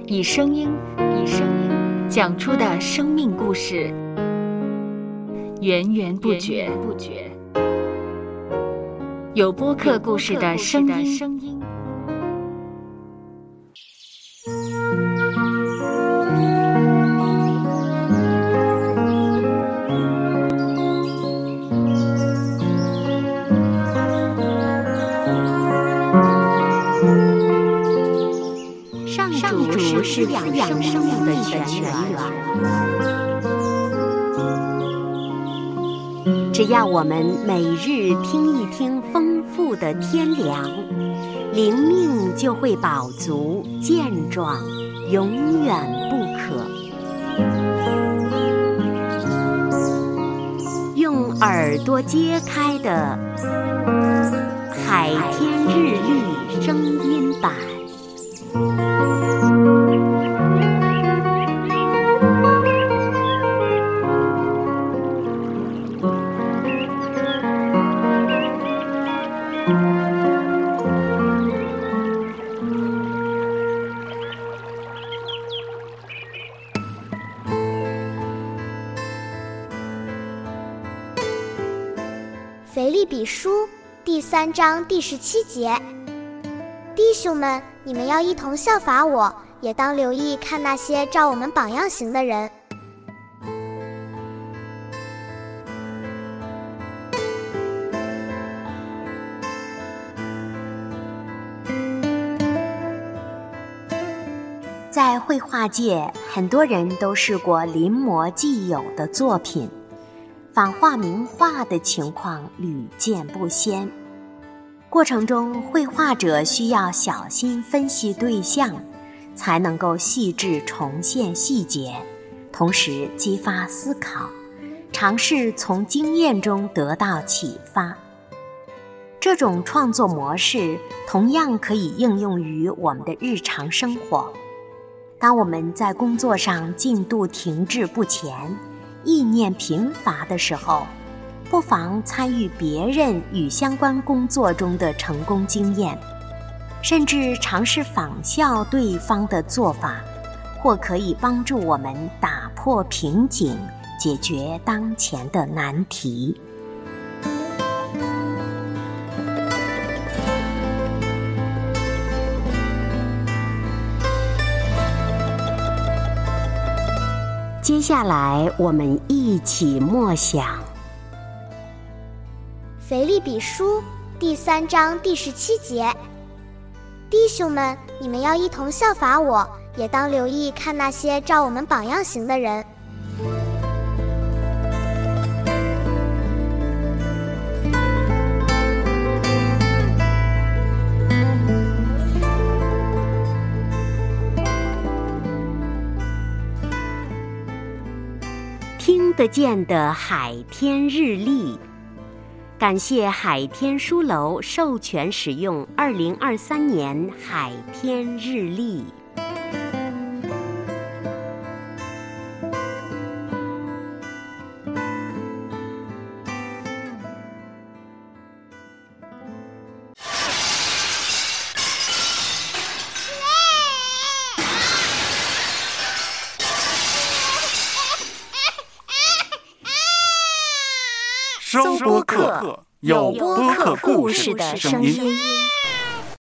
以声音讲出的生命故事，源源不绝。有播客故事的声音。 上主是抚养生命的泉源，只要我们每日听一听丰富的天粮，灵命就会饱足健壮，永远不渴。用耳朵揭开的海天日历声音版。 腓立比书第3章第17节，弟兄们，你们要一同效法我，也当留意看那些照我们榜样行的人。 在绘画界，很多人都试过临摹既有的作品，仿画名画的情况屡见不鲜。过程中，绘画者需要小心分析对象，才能够细致重现细节，同时激发思考，尝试从经验中得到启发。这种创作模式同样可以应用于我们的日常生活。当我们在工作上进度停滞不前，意念贫乏的时候，不妨参与别人与相关工作中的成功经验，甚至尝试仿效对方的做法，或可以帮助我们打破瓶颈，解决当前的难题。接下来我们一起默想腓立比书第3章第17节，弟兄们，你们要一同效法我，也当留意看那些照我们榜样行的人。 听得见的海天日历，感谢海天书楼授权使用2023年海天日历。 收播客，有播客故事的声音。